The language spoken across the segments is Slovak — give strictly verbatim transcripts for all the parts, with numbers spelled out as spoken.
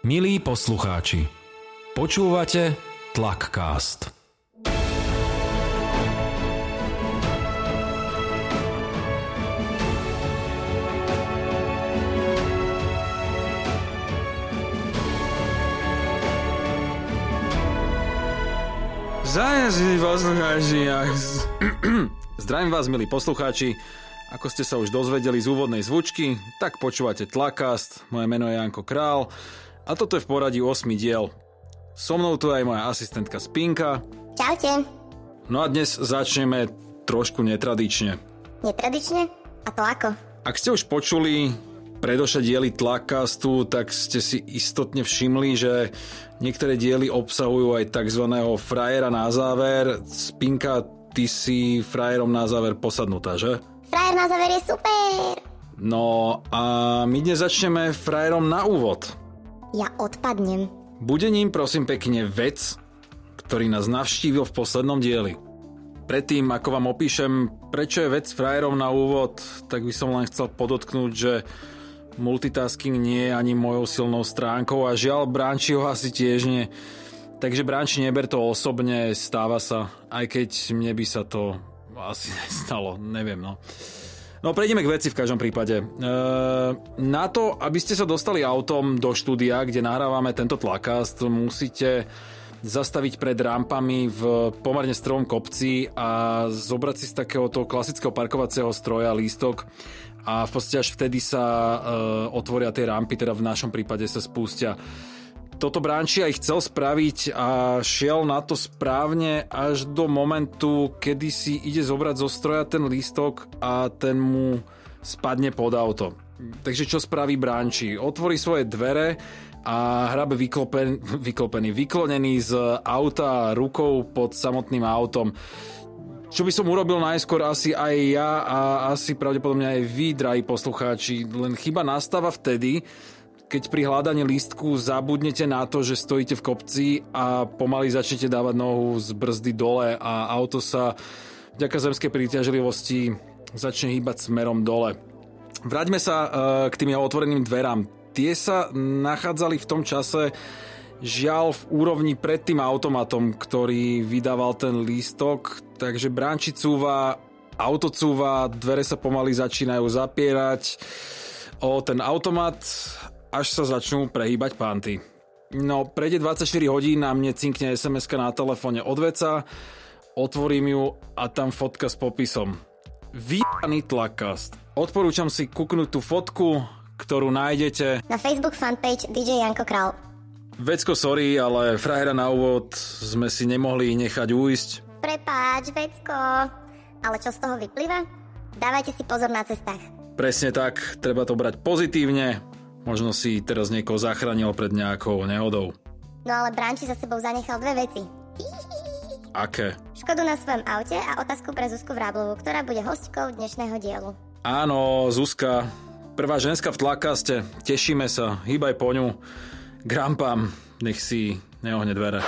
Milí poslucháči, počúvate Tlakcast. Zdravím poslucháči. Zdravím vás, milí poslucháči. Ako ste sa už dozvedeli z úvodnej zvučky, tak počúvate Tlakcast. Moje meno je Janko Král a toto je v poradí ôsmy diel. So mnou tu aj moja asistentka Spinka. Čaute. No a dnes začneme trošku netradične. Netradične? A to ako? Ak ste už počuli predošlé diely Tlakcastu, tak ste si istotne všimli, že niektoré diely obsahujú aj takzvaného frajera na záver. Spinka, ty si frajerom na záver posadnutá, že? Frajer na záver je super. No a my dnes začneme frajerom na úvod. Ja odpadnem. Bude ním prosím pekne vec, ktorý nás navštívil v poslednom dieli. Predtým, ako vám opíšem, prečo je vec frajerom na úvod, tak by som len chcel podotknúť, že multitasking nie je ani mojou silnou stránkou a žiaľ, Branči ho asi tiež nie. Takže Branči, neber to osobne, stáva sa, aj keď mne by sa to asi nestalo, neviem, no. No, prejdeme k veci v každom prípade. E, na to, aby ste sa dostali autom do štúdia, kde nahrávame tento Tlakcast, musíte zastaviť pred rampami v pomerne stromom kopci a zobrať si z takéhoto klasického parkovacieho stroja lístok a v podstate až vtedy sa e, otvoria tie rampy, teda v našom prípade sa spustia. Toto Branči aj chcel spraviť a šiel na to správne až do momentu, kedy si ide zobrať zo stroja ten lístok a ten mu spadne pod auto. Takže čo spraví Branči? Otvorí svoje dvere a hrabe vyklopen, vyklopený, vyklonený z auta rukou pod samotným autom. Čo by som urobil najskôr asi aj ja a asi pravdepodobne aj vy, drahí poslucháči, len chyba nastáva vtedy, keď pri hľadaní lístku zabudnete na to, že stojíte v kopci a pomaly začnete dávať nohu z brzdy dole a auto sa vďaka zemskej príťažlivosti začne hýbať smerom dole. Vráťme sa uh, k tým otvoreným dverám. Tie sa nachádzali v tom čase žiaľ v úrovni pred tým automatom, ktorý vydával ten lístok, takže Branči cúva, auto cúva, dvere sa pomaly začínajú zapierať o ten automat, až sa začnú prehýbať panty. No, prejde dvadsaťštyri hodín a mne cinkne es em eska na telefóne od veca, otvorím ju a tam fotka s popisom. Vyjaný Tlakcast. Odporúčam si kúknúť tú fotku, ktorú nájdete na Facebook fanpage dý džej Janko Král. Vecko, sorry, ale frajera na úvod sme si nemohli nechať újsť. Prepáč, Vecko. Ale čo z toho vyplýva? Dávajte si pozor na cestách. Presne tak, treba to brať pozitívne. Možno si teraz niekoho zachránil pred nejakou nehodou. No ale Branči za sebou zanechal dve veci. Aké? Škodu na svojom aute a otázku pre Zuzku Vráblovú, ktorá bude hostkou dnešného dielu. Áno, Zuzka, prvá ženská v Tlakcaste. Tešíme sa, hýbaj po ňu. K rampám, nech si neohne dvere.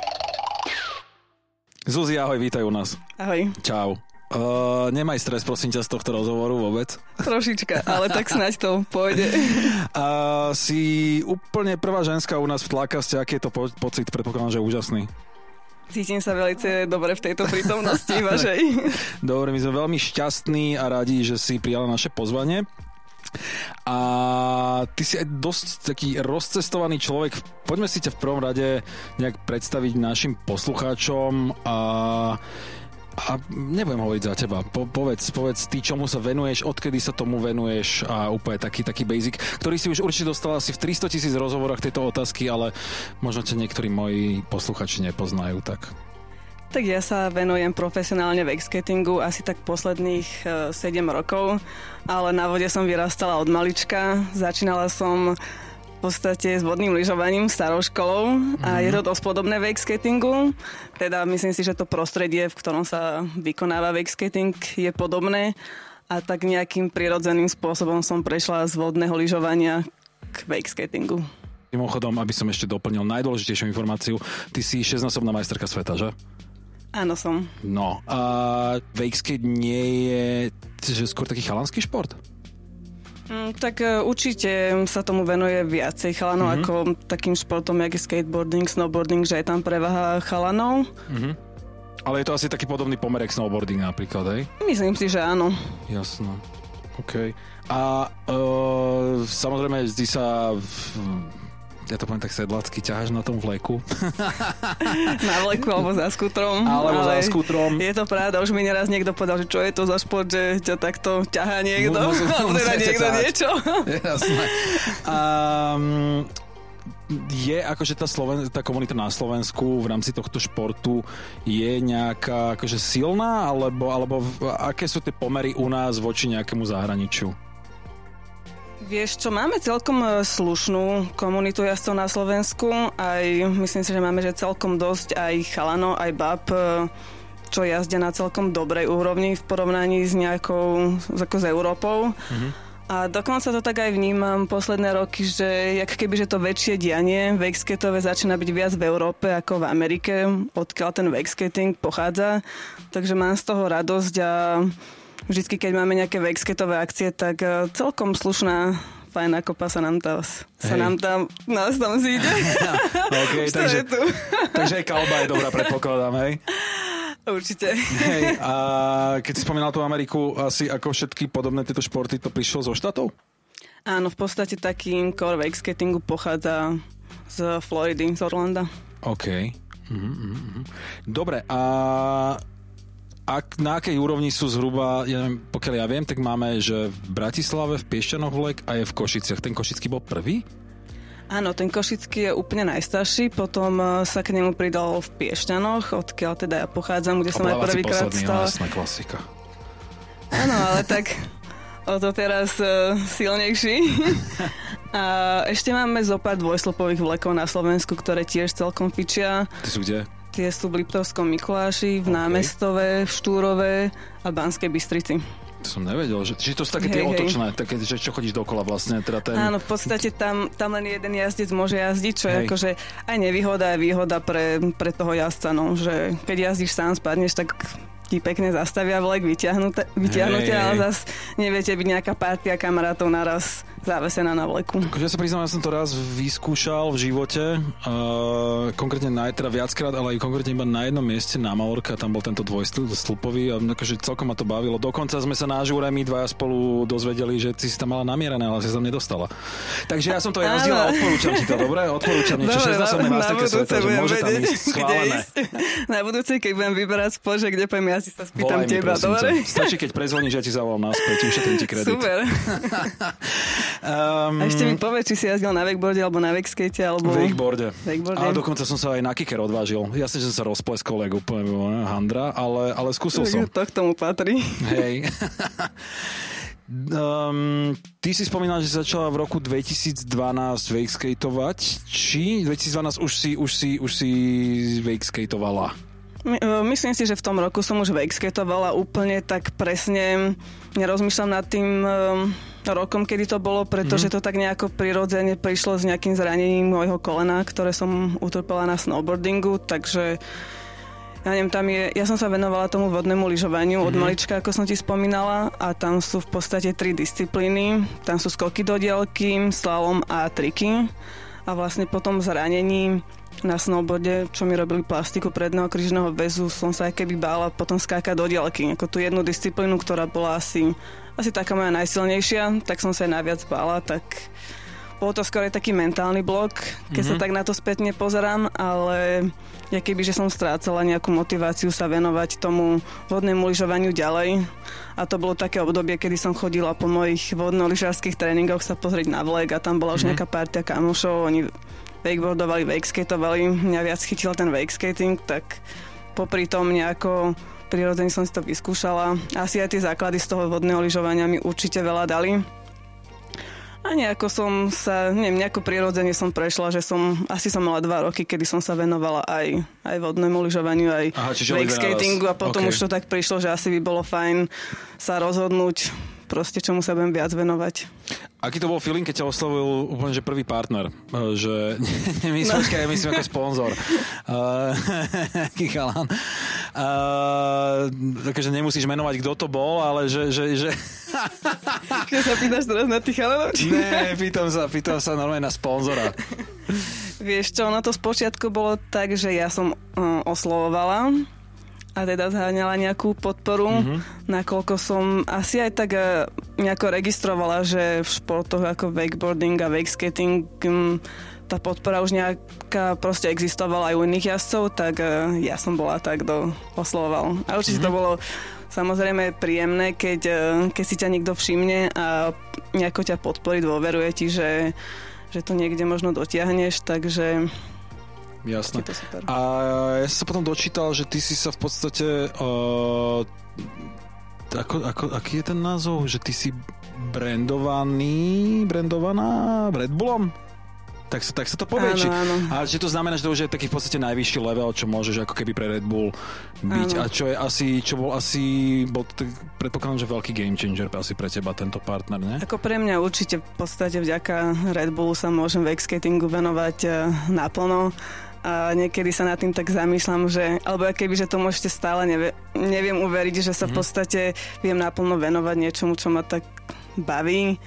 Zuzi, ahoj, vítaj u nás. Ahoj. Čau. Uh, nemaj stres, prosím ťa, z tohto rozhovoru vôbec. Trošička, ale tak snáď to pôjde. Uh, si úplne prvá ženská u nás v Tlakcaste. Aký je to po- pocit? Predpokladám, že úžasný. Cítim sa veľmi dobre v tejto prítomnosti vašej. Dobre, my sme veľmi šťastní a radi, že si prijala naše pozvanie. A ty si aj dosť taký rozcestovaný človek. Poďme si ťa v prvom rade nejak predstaviť našim poslucháčom a A nebudem hovoriť za teba. Po, povedz, povedz ty, čomu sa venuješ, odkedy sa tomu venuješ a úplne taký, taký basic, ktorý si už určite dostala asi v tristotisíc rozhovorách tejto otázky, ale možno ťa niektorí moji posluchači nepoznajú, tak... Tak ja sa venujem profesionálne wakeskatingu asi tak posledných uh, sedem rokov, ale na vode som vyrastala od malička. Začínala som v podstate s vodným lyžovaním starou školou a mm. je to dosť podobné wakeskatingu. Teda myslím si, že to prostredie, v ktorom sa vykonáva wakeskating, je podobné a tak nejakým prirodzeným spôsobom som prešla z vodného lyžovania k wakeskatingu. Mimochodom, aby som ešte doplnil najdôležitejšiu informáciu, ty si šesťnásobná majsterka sveta, že? Áno, som. No, a wakeskate nie je že skôr taký chalanský šport? Mm, tak uh, určite sa tomu venuje viacej chalanov mm-hmm. ako takým športom, jak je skateboarding, snowboarding, že je tam prevaha chalanov. Mm-hmm. Ale je to asi taký podobný pomer jak snowboarding napríklad, hej? Myslím si, že áno. Jasno. OK. A uh, samozrejme vždy sa... V, ja to poviem tak sedlacky, ťaháš na tom vleku. Na vleku alebo za skútrom. Alebo za skútrom. Je to pravda, už mi neraz niekto povedal, že čo je to za šport, že ťa takto ťahá niekto. Musím, alebo teda niekto ťahať. Niečo. Jasné. Um, je akože tá, Sloven- tá komunita na Slovensku v rámci tohto športu je nejaká akože silná, alebo, alebo aké sú tie pomery u nás voči nejakému zahraničiu? Vieš čo, máme celkom slušnú komunitu jazdcov na Slovensku, aj myslím si, že máme že celkom dosť aj chalanov, aj bab, čo jazdia na celkom dobrej úrovni v porovnaní s nejakou, ako s Európou. Mm-hmm. A dokonca to tak aj vnímam posledné roky, že jak keby, že to väčšie dianie wakeskatové začína byť viac v Európe ako v Amerike, odkiaľ ten wakeskating pochádza. Takže mám z toho radosť a vždycky, keď máme nejaké wakeskatové akcie, tak celkom slušná fajná kopa sa nám tam, sa nám tam, nás tam zíde. OK, takže, takže aj kalba je dobrá, predpokladám, hej? Určite. Hej, a keď si spomínal tú Ameriku, asi ako všetky podobné tieto športy, to prišlo zo štátov? Áno, v podstate taký core wakeskatingu pochádza z Floridy, z Orlanda. OK. Mm-hmm. Dobre, a ak, na akej úrovni sú zhruba, ja neviem, pokiaľ ja viem, tak máme, že v Bratislave, v Piešťanoch vlek a je v Košiciach. Ten košický bol prvý? Áno, ten košický je úplne najstarší, potom sa k nemu pridal v Piešťanoch, odkiaľ teda ja pochádzam, kde som aj prvýkrát stala. Jasná klasika. Áno, ale tak o to teraz uh, silnejší. A ešte máme zo pár dvojslopových vlekov na Slovensku, ktoré tiež celkom fičia. Ty sú kde? Tie sú v Liptovskom Mikuláši, v okay. Námestove, v Štúrove a Banskej Bystrici. To som nevedel, že, že to sú také hej, tie hej. otočné, také, že čo chodíš dokola vlastne. Teda ten... Áno, v podstate tam, tam len jeden jazdec môže jazdiť, čo hej. je akože aj nevýhoda, aj výhoda pre, pre toho jazdca, no, že keď jazdíš sám, spadneš, tak ti pekne zastavia vlek, vyťahnuté, vyťahnuté, ale zase neviete byť nejaká partia kamarátov naraz závesená na vleku. Ja sa priznám, ja som to raz vyskúšal v živote, uh, konkrétne na, teda viackrát, ale aj konkrétne iba na jednom mieste na Malorka, tam bol tento dvojstĺpový a akože celkom ma to bavilo. Dokonca sme sa na žúre my dvaja spolu dozvedeli, že si si tam mala namierané, ale si sa tam nedostala. Takže ja som to jazdil a odporúčam ti to, dobre? Odporúčam niečo šestnásobné masterke sveta, že môže tam ísť schválené. Na budúcej, keď budem vyberať spôr, že kde poviem, ja si sa spýtam volaj teba, mi, dobre? Stačí, keď prezvoníš, ja ti zavolám naspäť, ušetrím ti kredit. Super. Um, a ešte mi povedz, či si jazdil na wakeboarde alebo na wakeskate, alebo... Wakeboarde. wakeboarde. Ale dokonca som sa aj na kicker odvážil. Jasne, že som sa rozpleskol, ako úplne handra, ale, ale skúsil som. To k tomu patrí. Hej. um, ty si spomínal, že si začala v roku dvetisícdvanásť wakeskatovať. Či dvetisícdvanásť už si, už si, už si wakeskatovala? My, myslím si, že v tom roku som už wakeskatovala úplne tak presne. Nerozmýšľam nad tým um, rokom, kedy to bolo, pretože mm. to tak nejako prirodzene prišlo s nejakým zranením môjho kolena, ktoré som utrpela na snowboardingu, takže ja neviem, tam je, ja som sa venovala tomu vodnému lyžovaniu mm. od malička, ako som ti spomínala, a tam sú v podstate tri disciplíny. Tam sú skoky do diaľky, slalom a triky. A vlastne po tom zranení na snowboarde, čo mi robili plastiku predného krížneho väzu, som sa aj keby bála potom skákať do diaľky. Ako tú jednu disciplínu, ktorá bola asi, asi taká moja najsilnejšia, tak som sa aj najviac bála, tak bol to skôr taký mentálny blok, keď mm-hmm. sa tak na to spätne pozerám, ale ja keby, že som strácala nejakú motiváciu sa venovať tomu vodnému lyžovaniu ďalej. A to bolo také obdobie, kedy som chodila po mojich vodno-lyžarských tréningoch sa pozrieť na vlek a tam bola už mm-hmm. nejaká partia kamošov, oni wakeboardovali, wakeskatovali, mňa viac chytil ten wakeskating, tak popri tom nejako prirodzene som si to vyskúšala. Asi aj tie základy z toho vodného lyžovania mi určite veľa dali. A nejako som sa, neviem, nejako prirodzene som prešla, že som, asi som mala dva roky, kedy som sa venovala aj, aj vodnému lyžovaniu, aj wakeskatingu a potom okay. už to tak prišlo, že asi by bolo fajn sa rozhodnúť proste čomu sa budem viac venovať. Aký to bol feeling, keď ťa oslovil úplne, že prvý partner? Že nemyslím, no. myslím ako sponzor. Aký uh, chalán. Uh, takže nemusíš menovať, kto to bol, ale že... že, že... Keď sa pýtaš teraz na tých chalanov? Ne, pýtam sa, pýtam sa normálne na sponzora. Vieš čo, ono to spočiatku bolo tak, že ja som uh, oslovovala a teda zháňala nejakú podporu, mm-hmm. nakoľko som asi aj tak uh, nejako registrovala, že v športoch ako wakeboarding a wakeskating um, tá podpora už nejaká proste existovala aj u iných jazdcov, tak uh, ja som bola tak, kto oslovoval. A určite mm-hmm. to bolo samozrejme príjemné, keď, uh, keď si ťa niekto všimne a nejako ťa podporí, dôveruje ti, že, že to niekde možno dotiahneš, takže... Jasné. A ja som sa potom dočítal, že ty si sa v podstate uh, ako, ako, aký je ten názov? Že ty si brandovaný brandovaná Red Bullom? Tak sa, tak sa to povie. Áno, či, áno. A že to znamená, že to už je taký v podstate najvyšší level, čo môžeš ako keby pre Red Bull byť. Áno. A čo je asi, čo bol asi, bol, predpokladám, že veľký game changer asi pre teba tento partner, ne? Ako pre mňa určite v podstate vďaka Red Bullu sa môžem wakeskatingu venovať uh, naplno. A niekedy sa nad tým tak zamýšľam, že, alebo keby, že to môžete stále nevie, neviem uveriť, že sa v podstate viem naplno venovať niečomu, čo ma tak baví.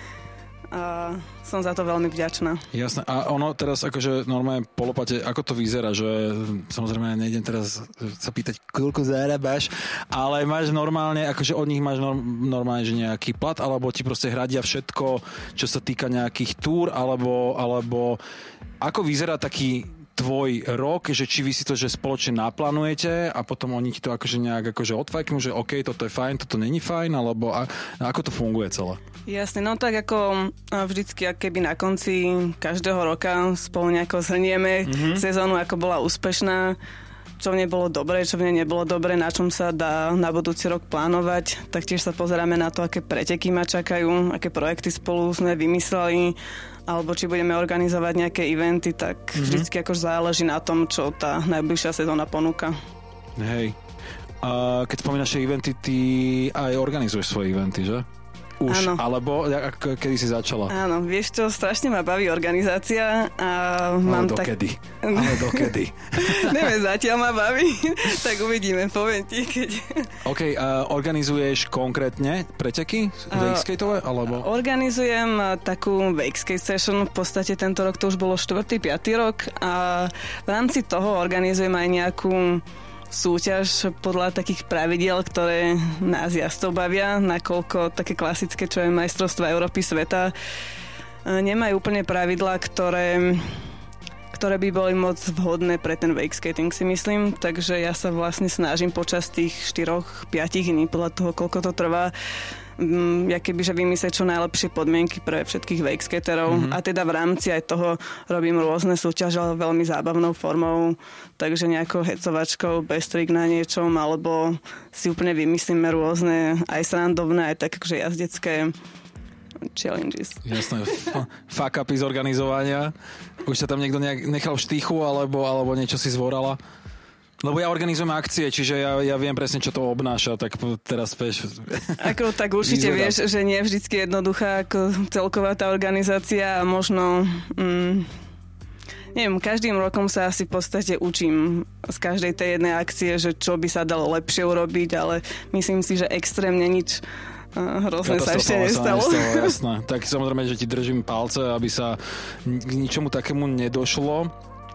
A som za to veľmi vďačná. Jasné. A ono teraz akože normálne po lopate, ako to vyzerá, že samozrejme nejdem teraz sa pýtať, koľko zarábaš, ale máš normálne, akože od nich máš norm, normálne, že nejaký plat, alebo ti proste hradia všetko, čo sa týka nejakých túr, alebo, alebo ako vyzerá taký tvoj rok, že či vy si to, že spoločne naplánujete a potom oni ti to akože nejak akože odfajknú, že OK, toto je fajn, toto není fajn, alebo a, a ako to funguje celé? Jasne, no tak ako vždycky, keby na konci každého roka spolu nejako zhrnieme mm-hmm. sezónu, ako bola úspešná, čo v nej bolo dobre, čo v nej nebolo dobre, na čom sa dá na budúci rok plánovať. Taktiež sa pozeráme na to, aké preteky ma čakajú, aké projekty spolu sme vymysleli, alebo či budeme organizovať nejaké eventy, tak mm-hmm. vždycky akož záleží na tom, čo tá najbližšia sezóna ponúka. Hej. A keď spomínaš eventy, ty aj organizuješ svoje eventy, že? Už, áno. Alebo ak, kedy si začala? Áno, vieš čo, strašne ma baví organizácia a mám ale dokedy? tak... Ale dokedy? Neviem, zatiaľ ma baví, tak uvidíme, poviem ti, keď... OK, uh, organizuješ konkrétne preteky wakeskateové, alebo? Organizujem takú wakeskate session, v podstate tento rok to už bolo štvrtý, piatý rok a v rámci toho organizujem aj nejakú súťaž podľa takých pravidiel, ktoré nás jazdcov bavia, nakoľko také klasické, čo je majstrovstvá Európy, sveta, nemajú úplne pravidlá, ktoré, ktoré by boli moc vhodné pre ten wakeskating, si myslím. Takže ja sa vlastne snažím počas tých štyroch päť dní, podľa toho, koľko to trvá, ja kebyže vymyslieť čo najlepšie podmienky pre všetkých wakeskaterov mm-hmm. a teda v rámci aj toho robím rôzne súťaže, ale veľmi zábavnou formou, takže nejakou hecovačkou, bestrik na niečom, alebo si úplne vymyslíme rôzne aj srandovné, aj tak, že jazdecké challenges. Jasné, f- fuck upy z organizovania. Už sa tam niekto nejak nechal v štychu, alebo, alebo niečo si zvorala? Lebo ja organizujem akcie, čiže ja, ja viem presne, čo to obnáša, tak teraz vieš... Ako, tak určite vyzvedám. Vieš, že nie je vždycky jednoduchá ako celková tá organizácia a možno... Mm, neviem, každým rokom sa asi v podstate učím z každej tej jednej akcie, že čo by sa dalo lepšie urobiť, ale myslím si, že extrémne nič hrozné sa ešte nestalo. Sa nestalo, jasné. Tak samozrejme, že ti držím palce, aby sa k ničomu takému nedošlo.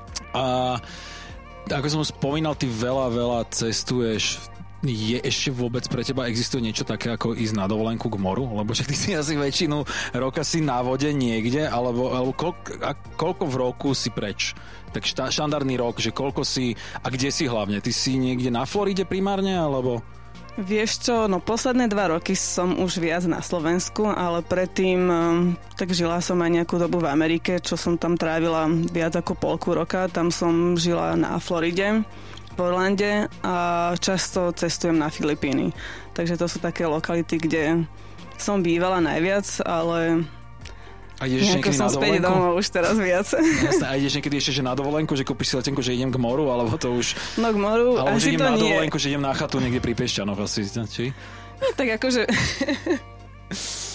A ako som spomínal, ty veľa, veľa cestuješ. Je ešte vôbec pre teba existuje niečo také ako ísť na dovolenku k moru? Lebo však ty si asi väčšinu roka si na vode niekde, alebo, alebo koľko, a koľko v roku si preč? Tak šta, štandardný rok, že koľko si a kde si hlavne? Ty si niekde na Floride primárne, alebo... Vieš čo, no posledné dva roky som už viac na Slovensku, ale predtým tak žila som aj nejakú dobu v Amerike, čo som tam trávila viac ako polku roka. Tam som žila na Floride, v Orlande a často cestujem na Filipíny. Takže to sú také lokality, kde som bývala najviac, ale... A ideš niekedy na dovolenku? Domov už teraz viac. Jasné, a ideš niekedy ešte že na dovolenku, že kúpiš si letenku, že idem k moru, alebo to už... No k moru, alebo asi že idem to na nie. dovolenku, že idem na chatu niekde pri Piešťanoch asi, či? No, tak akože...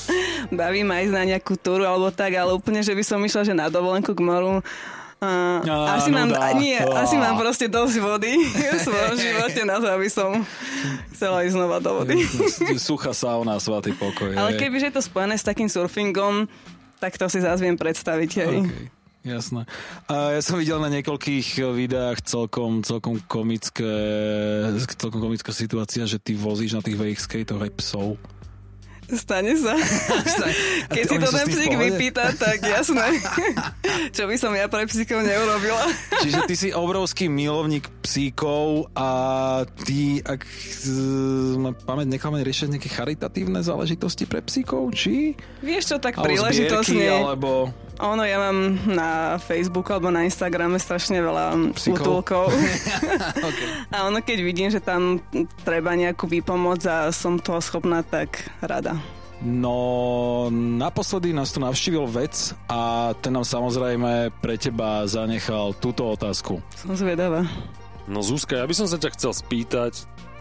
baví ma ísť na nejakú túru alebo tak, ale úplne, že by som išla, že na dovolenku k moru. Uh, Á, asi, mám, nuda. nie, Á. asi mám proste dosť vody v svojom živote na to, aby som chcela ísť znova do vody. Suchá sauna, svatý pokoj. Ale hej. kebyže je to spojené s takým surfingom, tak to si zás viem predstaviť. Hej. Okay. Jasné. A ja som videl na niekoľkých videách celkom, celkom, komické, celkom komická situácia, že ty vozíš na tých wake skatoch aj psov. Stane sa. Keď si to ten psík vypýta, tak jasné. Čo by som ja pre psíkov neurobila. Čiže ty si obrovský milovník psíkov a ty, ak ma pamäť necháme riešiť nejaké charitatívne záležitosti pre psíkov, či? Vieš čo, tak alebo príležitosne. zbierky, alebo... Ono, ja mám na Facebooku alebo na Instagrame strašne veľa psíkov? útulkov. Okay. A ono, keď vidím, že tam treba nejakú výpomoc a som toho schopná, tak rada. No, naposledy nás tu navštívil vec a ten nám samozrejme pre teba zanechal túto otázku. Som zvedavá. No Zuzka, ja by som sa ťa chcel spýtať,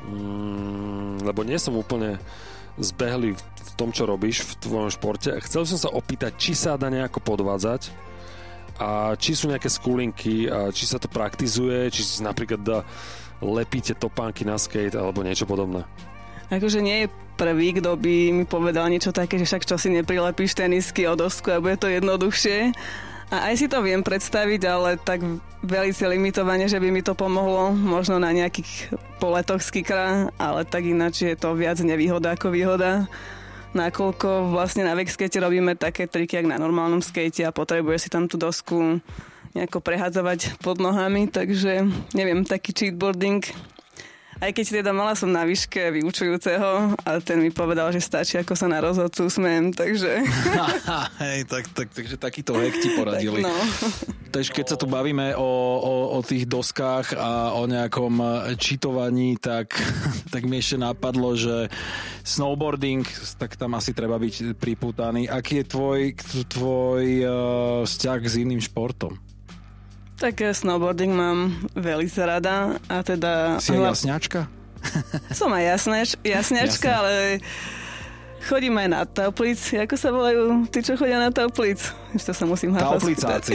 mm, lebo nie som úplne zbehlý v tom, čo robíš v tvojom športe. Chcel som sa opýtať, či sa dá nejako podvádzať a či sú nejaké skulinky a či sa to praktizuje, či si napríklad dá, lepíte topánky na skate alebo niečo podobné. Akože nie je prvý, kto by mi povedal niečo také, že však čo si neprilepíš tenisky o dosku a bude to jednoduchšie. A aj si to viem predstaviť, ale tak veľmi limitovane, že by mi to pomohlo možno na nejakých poletoch skikra, ale tak ináč je to viac nevýhoda ako výhoda. Nakoľko vlastne na wakeskate robíme také triky, jak na normálnom skate a potrebuje si tam tú dosku nejako prehadzovať pod nohami, takže neviem, taký cheatboarding. Aj keď teda mala som na výške vyučujúceho a ten mi povedal, že stačí, ako sa na rozhodcu usmejem, takže... Hej, tak, tak, takže takýto hack ti poradili. Tak no. Takže keď sa tu bavíme o, o, o tých doskách a o nejakom čitovaní, tak, tak mi ešte napadlo, že snowboarding, tak tam asi treba byť pripútaný. Aký je tvoj, tvoj uh, vzťah s iným športom? Tak snowboarding mám veľmi rada a teda... Si aj jasňačka? Som aj jasnač, jasňačka, Jasne. ale chodím aj na tauplic. Ako sa volajú tí, čo chodia na tauplic? Ešte sa musím hápať. Tauplicáci.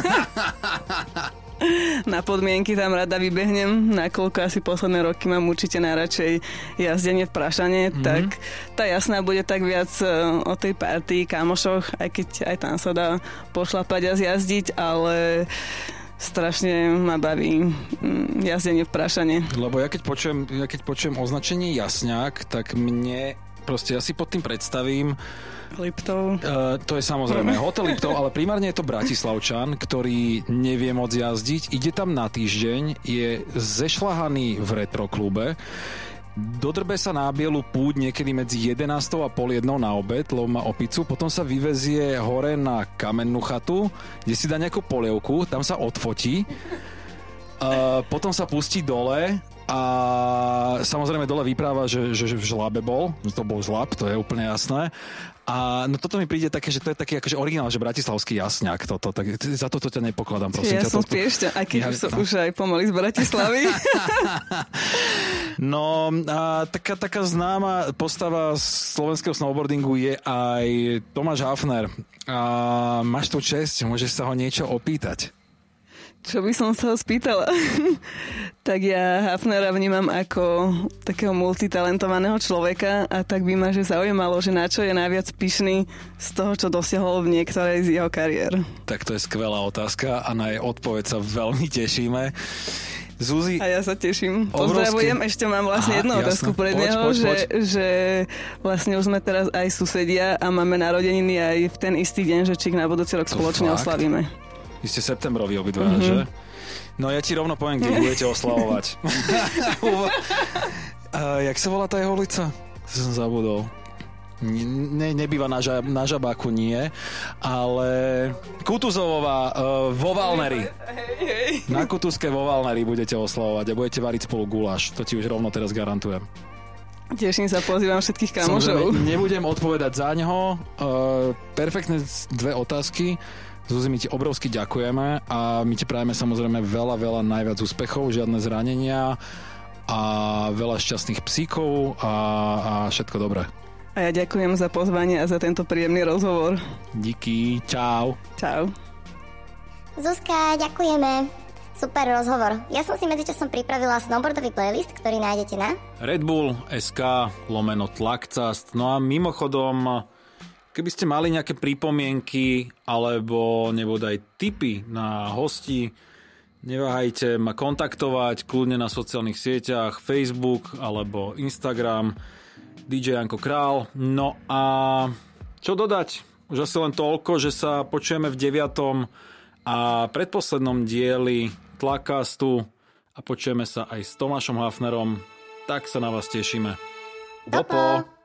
Na podmienky tam rada vybehnem, nakoľko asi posledné roky mám určite najradšej jazdenie v Prašane, mm-hmm. tak tá jasná bude tak viac o tej partii, kamošoch, aj keď aj tam sa dá pošlapať a zjazdiť, ale strašne ma baví jazdenie v Prašane. Lebo ja keď počujem, ja keď počujem označenie jasňák, tak mne proste ja si pod tým predstavím Liptov. Uh, to je samozrejme hotel Liptov, ale primárne je to Bratislavčan, ktorý nevie moc jazdiť, ide tam na týždeň, je zešľahaný v retroklube, dodrbe sa na bielu púť niekedy medzi jedenástou a pol jednou na obed, lebo má opicu, potom sa vyvezie hore na kamennú chatu, kde si dá nejakú polievku, tam sa odfotí, uh, potom sa pustí dole a samozrejme dole vypráva, že, že, že v žlabe bol, že to bol žlab, to je úplne jasné. A no toto mi príde také, že to je taký akože originál, že bratislavský jasňak toto, tak za toto ťa nepokladám, prosím. Ja ťa, som to, spiešťa, aj keď ja, už som no. už aj pomaly z Bratislavy. No, a taká, taká známa postava slovenského snowboardingu je aj Tomáš Hafner. A máš tu česť, môžeš sa ho niečo opýtať. Čo by som sa ho spýtala? Tak ja Hafnera vnímam ako takého multitalentovaného človeka a tak by ma že zaujímalo, že na čo je najviac pyšný z toho, čo dosiahol v niektorej z jeho kariér. Tak to je skvelá otázka a na jej odpoveď sa veľmi tešíme. Zuzi, a ja sa teším. obrovský... Pozdravujem, ešte mám vlastne Aha, jednu otázku pred poď, neho, poď, že, poď. že vlastne už sme teraz aj susedia a máme narodeniny aj v ten istý deň, že či na budúci rok To spoločne fakt? oslavíme. Vy ste septembroví obidvaja, Mm-hmm. že? No ja ti rovno poviem, kde budete oslavovať. uh, jak sa volá tá jeho ulica? Som zabudol. Ne, nebýva na, žab, na Žabáku, nie, ale Kutuzovová uh, vo Valneri. Na Kutuske vo Valneri budete oslavovať a budete variť spolu guláš. To ti už rovno teraz garantujem. Teším sa, pozývam všetkých kamošov. Samozrejme, nebudem odpovedať za ňoho. Uh, perfektné dve otázky. Zuzi, my ti obrovsky ďakujeme a my ti prajeme samozrejme veľa, veľa najviac úspechov, žiadne zranenia a veľa šťastných psíkov a, a všetko dobré. A ja ďakujem za pozvanie a za tento príjemný rozhovor. Díky, čau. Čau. Zuzka, ďakujeme. Super rozhovor. Ja som si medzičasom pripravila snowboardový playlist, ktorý nájdete na Red Bull bodka es ká lomeno Tlakcast. No a mimochodom, keby ste mali nejaké pripomienky alebo nebodaj tipy na hosti, neváhajte ma kontaktovať kľudne na sociálnych sieťach Facebook alebo Instagram dý džej Janko Král. No a čo dodať? Už asi len toľko, že sa počujeme v deviatom a predposlednom dieli Tlakcastu a počujeme sa aj s Tomášom Hafnerom. Tak sa na vás tešíme. Dopo!